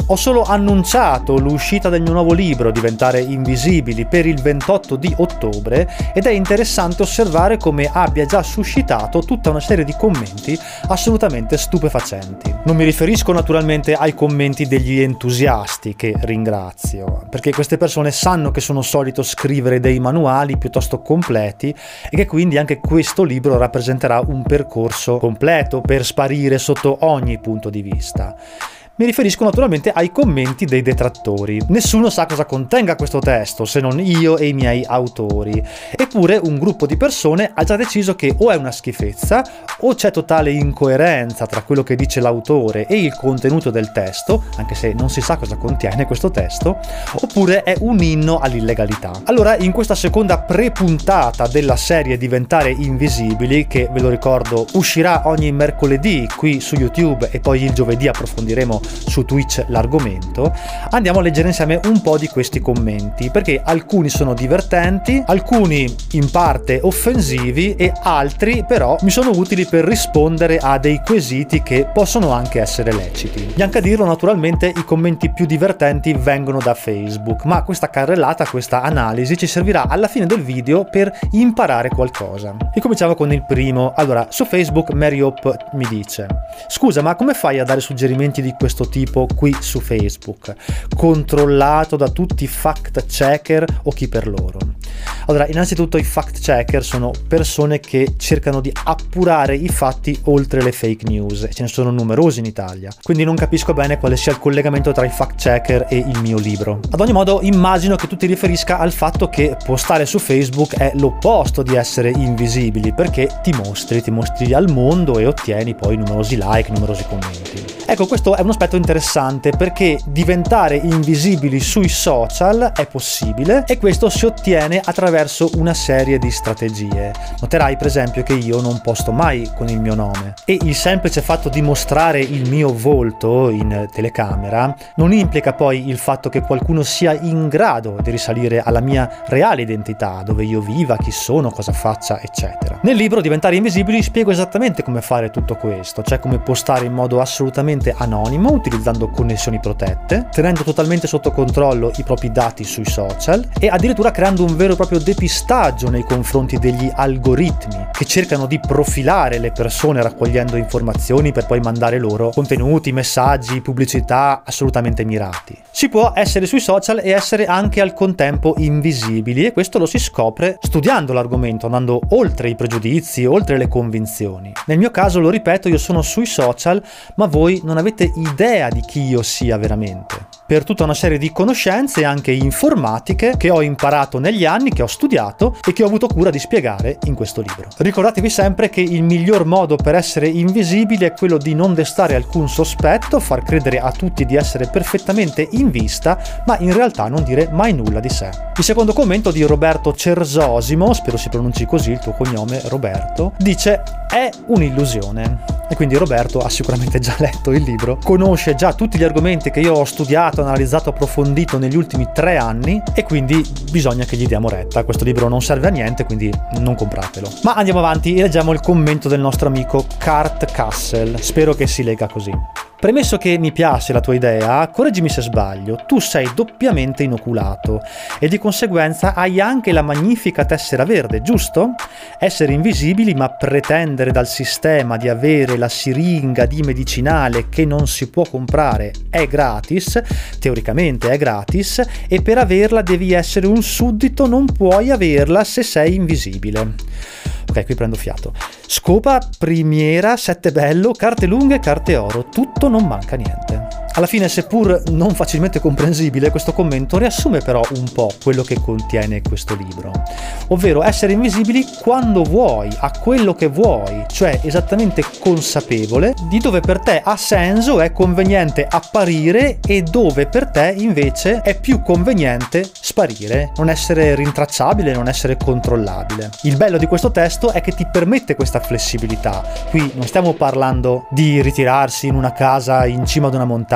Ho solo annunciato l'uscita del mio nuovo libro, Diventare Invisibili, per il 28 di ottobre ed è interessante osservare come abbia già suscitato tutta una serie di commenti assolutamente stupefacenti. Non mi riferisco naturalmente ai commenti degli entusiasti, che ringrazio, perché queste persone sanno che sono solito scrivere dei manuali piuttosto completi e che quindi anche questo libro rappresenterà un percorso completo per sparire sotto ogni punto di vista. Mi riferisco naturalmente ai commenti dei detrattori. Nessuno sa cosa contenga questo testo, se non io e i miei autori. Eppure un gruppo di persone ha già deciso che o è una schifezza, o c'è totale incoerenza tra quello che dice l'autore e il contenuto del testo, anche se non si sa cosa contiene questo testo, oppure è un inno all'illegalità. Allora, in questa seconda pre-puntata della serie Diventare Invisibili, che ve lo ricordo uscirà ogni mercoledì qui su YouTube e poi il giovedì approfondiremo su Twitch l'argomento, andiamo a leggere insieme un po' di questi commenti, perché alcuni sono divertenti, alcuni in parte offensivi e altri però mi sono utili per rispondere a dei quesiti che possono anche essere leciti. Bianca a dirlo, naturalmente i commenti più divertenti vengono da Facebook, ma questa carrellata, questa analisi ci servirà alla fine del video per imparare qualcosa. E cominciamo con il primo. Allora, su Facebook Mary Hope mi dice: scusa, ma come fai a dare suggerimenti di questo tipo qui su Facebook, controllato da tutti i fact checker o chi per loro? Allora, innanzitutto i fact checker sono persone che cercano di appurare i fatti oltre le fake news, e ce ne sono numerosi in Italia, quindi non capisco bene quale sia il collegamento tra i fact checker e il mio libro. Ad ogni modo, immagino che tu ti riferisca al fatto che postare su Facebook è l'opposto di essere invisibili, perché ti mostri al mondo e ottieni poi numerosi like, numerosi commenti. Ecco, questo è un aspetto interessante, perché diventare invisibili sui social è possibile e questo si ottiene attraverso una serie di strategie. Noterai per esempio che io non posto mai con il mio nome e il semplice fatto di mostrare il mio volto in telecamera non implica poi il fatto che qualcuno sia in grado di risalire alla mia reale identità, dove io viva, chi sono, cosa faccia, eccetera. Nel libro Diventare Invisibili spiego esattamente come fare tutto questo, cioè come postare in modo assolutamente anonimo, utilizzando connessioni protette, tenendo totalmente sotto controllo i propri dati sui social e addirittura creando un vero e proprio depistaggio nei confronti degli algoritmi che cercano di profilare le persone raccogliendo informazioni per poi mandare loro contenuti, messaggi, pubblicità assolutamente mirati. Si può essere sui social e essere anche al contempo invisibili, e questo lo si scopre studiando l'argomento, andando oltre i pregiudizi, oltre le convinzioni. Nel mio caso, lo ripeto, io sono sui social, ma voi non avete idea di chi io sia veramente, per tutta una serie di conoscenze anche informatiche che ho imparato negli anni, che ho studiato e che ho avuto cura di spiegare in questo libro. Ricordatevi sempre che il miglior modo per essere invisibili è quello di non destare alcun sospetto, far credere a tutti di essere perfettamente in vista, ma in realtà non dire mai nulla di sé. Il secondo commento di Roberto Cersosimo, spero si pronunci così il tuo cognome Roberto, dice: è un'illusione. E quindi Roberto ha sicuramente già letto il libro, conosce già tutti gli argomenti che io ho studiato, analizzato, approfondito negli ultimi 3 anni e quindi bisogna che gli diamo retta. Questo libro non serve a niente, quindi non compratelo. Ma andiamo avanti e leggiamo il commento del nostro amico Kurt Castle. Spero che si legga così. Premesso che mi piace la tua idea, correggimi se sbaglio, tu sei doppiamente inoculato e di conseguenza hai anche la magnifica tessera verde, giusto? Essere invisibili ma pretendere dal sistema di avere la siringa di medicinale che non si può comprare è gratis, teoricamente è gratis, e per averla devi essere un suddito, non puoi averla se sei invisibile. Ok, qui prendo fiato. Scopa, primiera, 7 bello, carte lunghe, carte oro, tutto, non manca niente. Alla fine, seppur non facilmente comprensibile, questo commento riassume però un po' quello che contiene questo libro, ovvero essere invisibili quando vuoi, a quello che vuoi, cioè esattamente consapevole di dove per te ha senso, è conveniente apparire e dove per te invece è più conveniente sparire, non essere rintracciabile, non essere controllabile. Il bello di questo testo è che ti permette questa flessibilità. Qui non stiamo parlando di ritirarsi in una casa in cima ad una montagna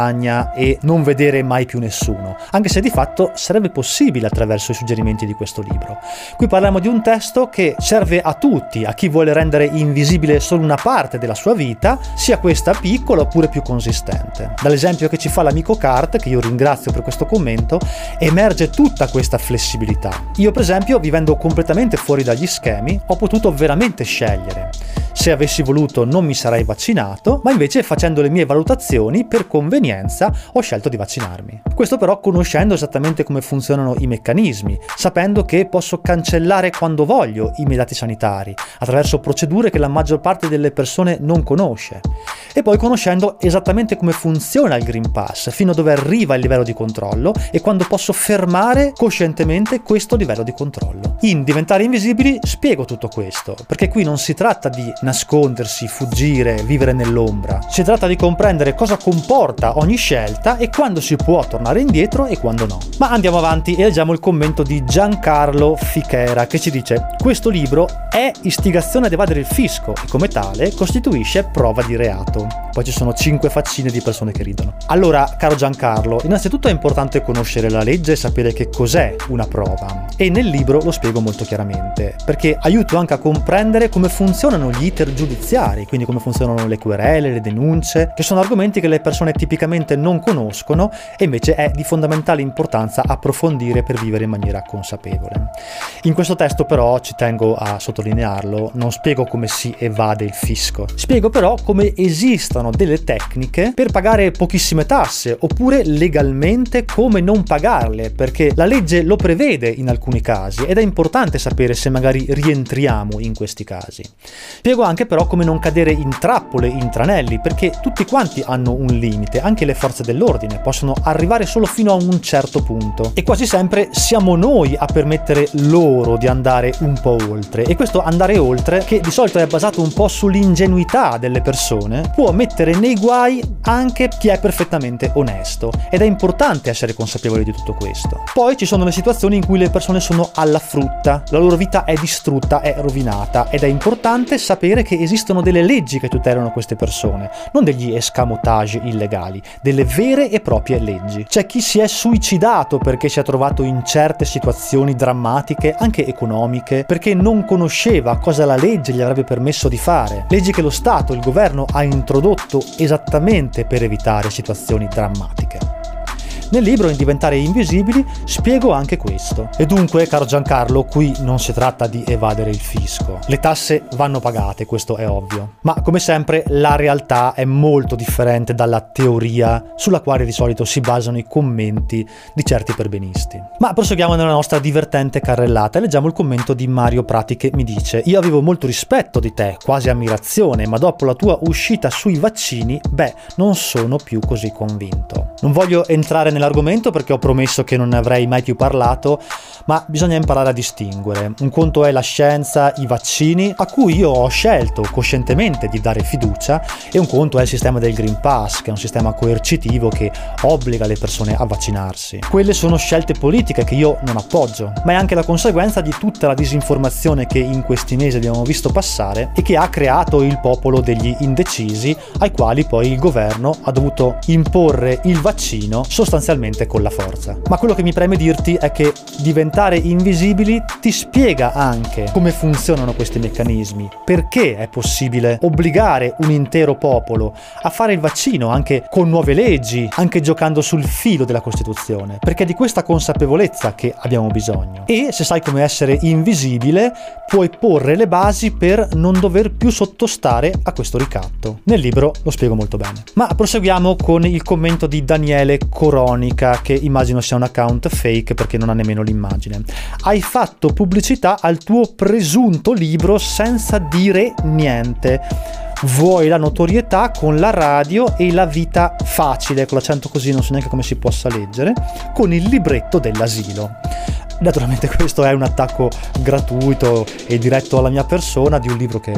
montagna e non vedere mai più nessuno, anche se di fatto sarebbe possibile attraverso i suggerimenti di questo libro. Qui parliamo di un testo che serve a tutti, a chi vuole rendere invisibile solo una parte della sua vita, sia questa piccola oppure più consistente. Dall'esempio che ci fa l'amico Cart, che io ringrazio per questo commento, emerge tutta questa flessibilità. Io per esempio, vivendo completamente fuori dagli schemi, ho potuto veramente scegliere. Se avessi voluto non mi sarei vaccinato, ma invece facendo le mie valutazioni per convenienza ho scelto di vaccinarmi. Questo però conoscendo esattamente come funzionano i meccanismi, sapendo che posso cancellare quando voglio i miei dati sanitari, attraverso procedure che la maggior parte delle persone non conosce. E poi conoscendo esattamente come funziona il Green Pass, fino a dove arriva il livello di controllo e quando posso fermare coscientemente questo livello di controllo. In Diventare Invisibili spiego tutto questo, perché qui non si tratta di nascondersi, fuggire, vivere nell'ombra. Si tratta di comprendere cosa comporta ogni scelta e quando si può tornare indietro e quando no. Ma andiamo avanti e leggiamo il commento di Giancarlo Fichera che ci dice: questo libro è istigazione ad evadere il fisco e come tale costituisce prova di reato. Poi ci sono 5 faccine di persone che ridono. Allora, caro Giancarlo, innanzitutto è importante conoscere la legge e sapere che cos'è una prova. E nel libro lo spiego molto chiaramente, perché aiuto anche a comprendere come funzionano gli iter giudiziari, quindi come funzionano le querele, le denunce, che sono argomenti che le persone tipicamente non conoscono e invece è di fondamentale importanza approfondire per vivere in maniera consapevole. In questo testo però, ci tengo a sottolinearlo, non spiego come si evade il fisco. Spiego però come esistano delle tecniche per pagare pochissime tasse, oppure legalmente come non pagarle, perché la legge lo prevede in alcuni casi ed è importante sapere se magari rientriamo in questi casi. Spiego anche però come non cadere in trappole, in tranelli, perché tutti quanti hanno un limite, anche le forze dell'ordine possono arrivare solo fino a un certo punto e quasi sempre siamo noi a permettere loro di andare un po' oltre, e questo andare oltre, che di solito è basato un po' sull'ingenuità delle persone, può mettere nei guai anche chi è perfettamente onesto ed è importante essere consapevoli di tutto questo. Poi ci sono le situazioni in cui le persone sono alla frutta, la loro vita è distrutta, è rovinata ed è importante sapere che esistono delle leggi che tutelano queste persone, non degli escamotage illegali, delle vere e proprie leggi. C'è chi si è suicidato perché si è trovato in certe situazioni drammatiche, anche economiche, perché non conosceva cosa la legge gli avrebbe permesso di fare. Leggi che lo Stato, il governo ha introdotto esattamente per evitare situazioni drammatiche. Nel libro In Diventare Invisibili spiego anche questo. E dunque, caro Giancarlo, qui non si tratta di evadere il fisco. Le tasse vanno pagate, questo è ovvio. Ma come sempre la realtà è molto differente dalla teoria sulla quale di solito si basano i commenti di certi perbenisti. Ma proseguiamo nella nostra divertente carrellata e leggiamo il commento di Mario Prati che mi dice: io avevo molto rispetto di te, quasi ammirazione, ma dopo la tua uscita sui vaccini, non sono più così convinto. Non voglio entrare nell'argomento perché ho promesso che non ne avrei mai più parlato, ma bisogna imparare a distinguere. Un conto è la scienza, i vaccini, a cui io ho scelto coscientemente di dare fiducia, e un conto è il sistema del Green Pass, che è un sistema coercitivo che obbliga le persone a vaccinarsi. Quelle sono scelte politiche che io non appoggio, ma è anche la conseguenza di tutta la disinformazione che in questi mesi abbiamo visto passare e che ha creato il popolo degli indecisi, ai quali poi il governo ha dovuto imporre il vaccino sostanzialmente con la forza. Ma quello che mi preme dirti è che Diventare Invisibili ti spiega anche come funzionano questi meccanismi, perché è possibile obbligare un intero popolo a fare il vaccino anche con nuove leggi, anche giocando sul filo della Costituzione, perché è di questa consapevolezza che abbiamo bisogno. E se sai come essere invisibile, puoi porre le basi per non dover più sottostare a questo ricatto. Nel libro lo spiego molto bene. Ma proseguiamo con il commento di Daniele Coronica, che immagino sia un account fake perché non ha nemmeno l'immagine. Hai fatto pubblicità al tuo presunto libro senza dire niente. Vuoi la notorietà con la radio e la vita facile, con l'accento così non so neanche come si possa leggere, con il libretto dell'asilo. Naturalmente questo è un attacco gratuito e diretto alla mia persona di un libro che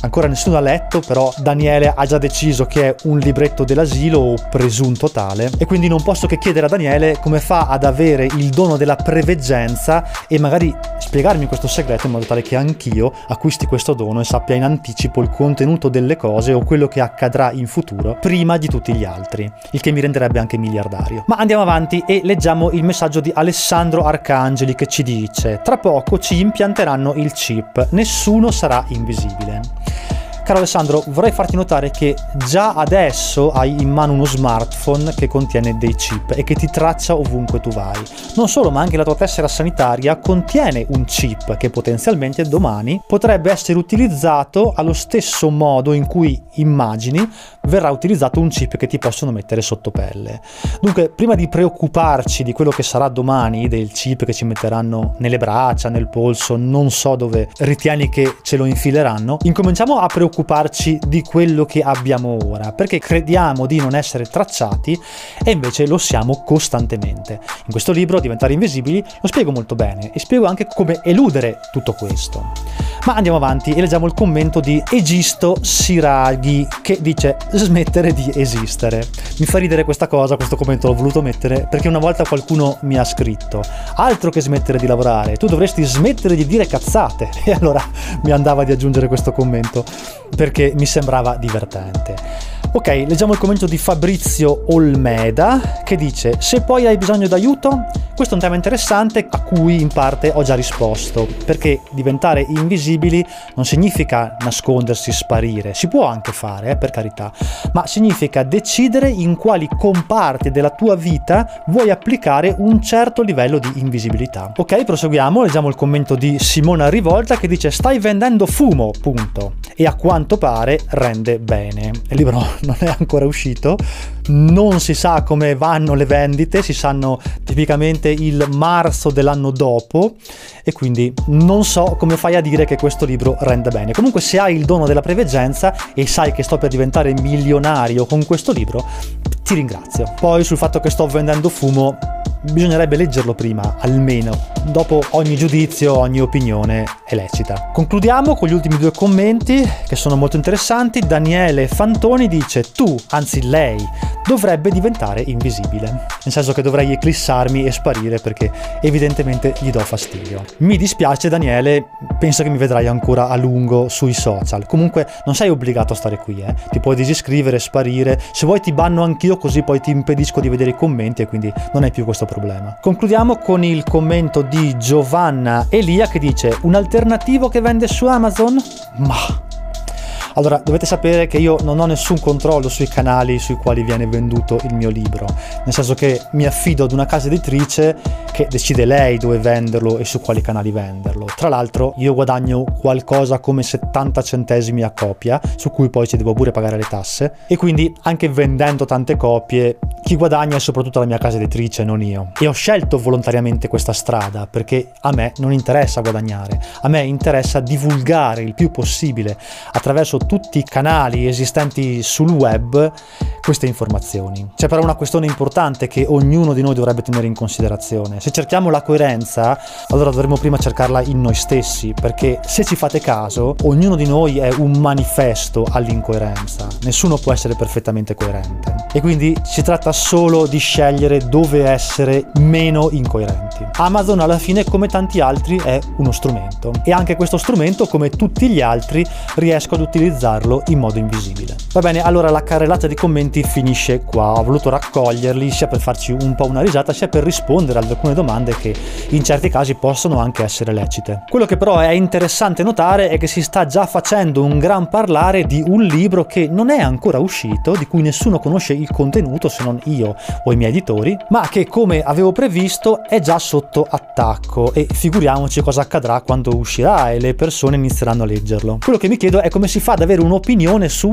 ancora nessuno ha letto, però Daniele ha già deciso che è un libretto dell'asilo o presunto tale, e quindi non posso che chiedere a Daniele come fa ad avere il dono della preveggenza e magari spiegarmi questo segreto in modo tale che anch'io acquisti questo dono e sappia in anticipo il contenuto delle cose o quello che accadrà in futuro prima di tutti gli altri, il che mi renderebbe anche miliardario. Ma andiamo avanti e leggiamo il messaggio di Alessandro Arcangeli, che ci dice: tra poco ci impianteranno il chip, nessuno sarà invisibile. Caro Alessandro, vorrei farti notare che già adesso hai in mano uno smartphone che contiene dei chip e che ti traccia ovunque tu vai. Non solo, ma anche la tua tessera sanitaria contiene un chip che potenzialmente domani potrebbe essere utilizzato allo stesso modo in cui immagini verrà utilizzato un chip che ti possono mettere sotto pelle. Dunque, prima di preoccuparci di quello che sarà domani, del chip che ci metteranno nelle braccia, nel polso, non so dove ritieni che ce lo infileranno, incominciamo a preoccuparci di quello che abbiamo ora, perché crediamo di non essere tracciati e invece lo siamo costantemente. In questo libro, Diventare invisibili, lo spiego molto bene e spiego anche come eludere tutto questo. Ma andiamo avanti e leggiamo il commento di Egisto Siraghi, che dice: smettere di esistere. Mi fa ridere questa cosa, questo commento l'ho voluto mettere perché una volta qualcuno mi ha scritto: altro che smettere di lavorare, tu dovresti smettere di dire cazzate. E allora mi andava di aggiungere questo commento perché mi sembrava divertente. Ok, leggiamo il commento di Fabrizio Olmeda, che dice: se poi hai bisogno d'aiuto, questo è un tema interessante a cui in parte ho già risposto, perché diventare invisibili non significa nascondersi, sparire, si può anche fare, per carità, ma significa decidere in quali comparti della tua vita vuoi applicare un certo livello di invisibilità. Ok, proseguiamo, leggiamo il commento di Simona Rivolta, che dice: stai vendendo fumo, punto, e a quanto pare rende bene. Il libro non è ancora uscito, non si sa come vanno le vendite, si sanno tipicamente il marzo dell'anno dopo, e quindi non so come fai a dire che questo libro rende bene. Comunque, se hai il dono della preveggenza e sai che sto per diventare milionario con questo libro, ti ringrazio. Poi sul fatto che sto vendendo fumo bisognerebbe leggerlo prima, almeno. Dopo ogni giudizio, ogni opinione è lecita. Concludiamo con gli ultimi due commenti che sono molto interessanti. Daniele Fantoni dice: tu, anzi lei, dovrebbe diventare invisibile, nel senso che dovrei eclissarmi e sparire perché evidentemente gli do fastidio. Mi dispiace Daniele, penso che mi vedrai ancora a lungo sui social. Comunque non sei obbligato a stare qui, ti puoi disiscrivere, sparire, se vuoi ti banno anch'io, così poi ti impedisco di vedere i commenti e quindi non hai più questo problema. Concludiamo con il commento di Giovanna Elia, che dice: un alternativo che vende su Amazon? Ma allora, dovete sapere che io non ho nessun controllo sui canali sui quali viene venduto il mio libro, nel senso che mi affido ad una casa editrice che decide lei dove venderlo e su quali canali venderlo. Tra l'altro io guadagno qualcosa come 70 centesimi a copia, su cui poi ci devo pure pagare le tasse, e quindi anche vendendo tante copie chi guadagna è soprattutto la mia casa editrice, non io. E ho scelto volontariamente questa strada perché a me non interessa guadagnare, a me interessa divulgare il più possibile attraverso tutti i canali esistenti sul web queste informazioni. C'è però una questione importante che ognuno di noi dovrebbe tenere in considerazione. Se cerchiamo la coerenza, allora dovremmo prima cercarla in noi stessi, perché se ci fate caso, ognuno di noi è un manifesto all'incoerenza. Nessuno può essere perfettamente coerente. E quindi si tratta solo di scegliere dove essere meno incoerenti. Amazon alla fine, come tanti altri, è uno strumento. E anche questo strumento, come tutti gli altri, riesco ad utilizzarlo in modo invisibile. Va bene, allora la carrellata di commenti finisce qua. Ho voluto raccoglierli sia per farci un po' una risata, sia per rispondere ad alcune domande che in certi casi possono anche essere lecite. Quello che però è interessante notare è che si sta già facendo un gran parlare di un libro che non è ancora uscito, di cui nessuno conosce il contenuto se non io o i miei editori, ma che, come avevo previsto, è già sotto attacco, e figuriamoci cosa accadrà quando uscirà e le persone inizieranno a leggerlo. Quello che mi chiedo è come si fa ad avere un'opinione su un testo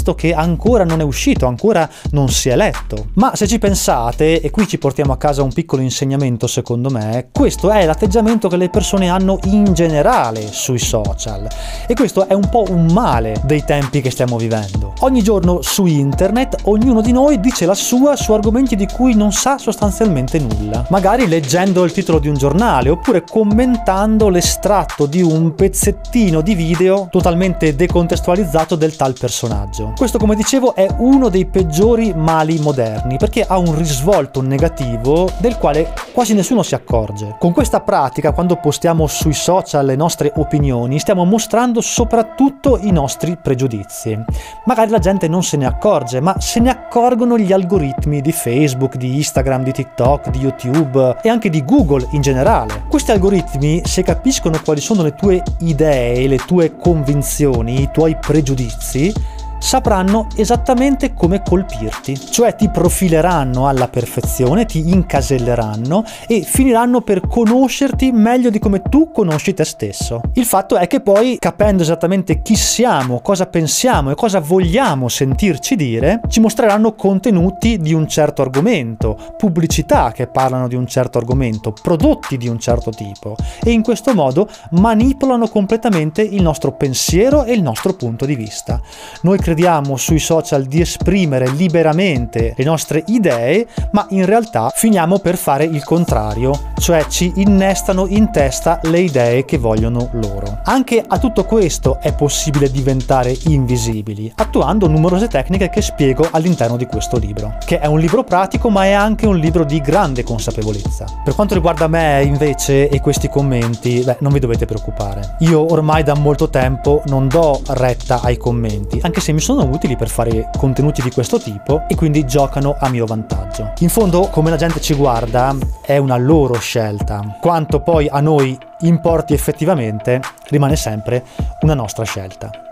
testo che ancora non è uscito, ancora non si è letto. Ma se ci pensate, e qui ci portiamo a casa un piccolo insegnamento secondo me, questo è l'atteggiamento che le persone hanno in generale sui social, e questo è un po' un male dei tempi che stiamo vivendo. Ogni giorno su internet ognuno di noi dice la sua su argomenti di cui non sa sostanzialmente nulla, magari leggendo il titolo di un giornale oppure commentando l'estratto di un pezzettino di video totalmente decontestualizzato del tal personaggio. Questo, come dicevo, è uno dei peggiori mali moderni, perché ha un risvolto negativo del quale quasi nessuno si accorge. Con questa pratica, quando postiamo sui social le nostre opinioni, stiamo mostrando soprattutto i nostri pregiudizi. Magari la gente non se ne accorge, ma se ne accorgono gli algoritmi di Facebook, di Instagram, di TikTok, di YouTube e anche di Google in generale. Questi algoritmi, se capiscono quali sono le tue idee, le tue convinzioni, i tuoi pregiudizi, sapranno esattamente come colpirti, cioè ti profileranno alla perfezione, ti incaselleranno e finiranno per conoscerti meglio di come tu conosci te stesso. Il fatto è che poi, capendo esattamente chi siamo, cosa pensiamo e cosa vogliamo sentirci dire, ci mostreranno contenuti di un certo argomento, pubblicità che parlano di un certo argomento, prodotti di un certo tipo, e in questo modo manipolano completamente il nostro pensiero e il nostro punto di vista. Noi crediamo sui social di esprimere liberamente le nostre idee, ma in realtà finiamo per fare il contrario, cioè ci innestano in testa le idee che vogliono loro. Anche a tutto questo è possibile diventare invisibili, attuando numerose tecniche che spiego all'interno di questo libro, che è un libro pratico ma è anche un libro di grande consapevolezza. Per quanto riguarda me invece e questi commenti, non vi dovete preoccupare. Io ormai da molto tempo non do retta ai commenti, anche se mi sono utili per fare contenuti di questo tipo e quindi giocano a mio vantaggio. In fondo, come la gente ci guarda è una loro scelta. Quanto poi a noi importi effettivamente rimane sempre una nostra scelta.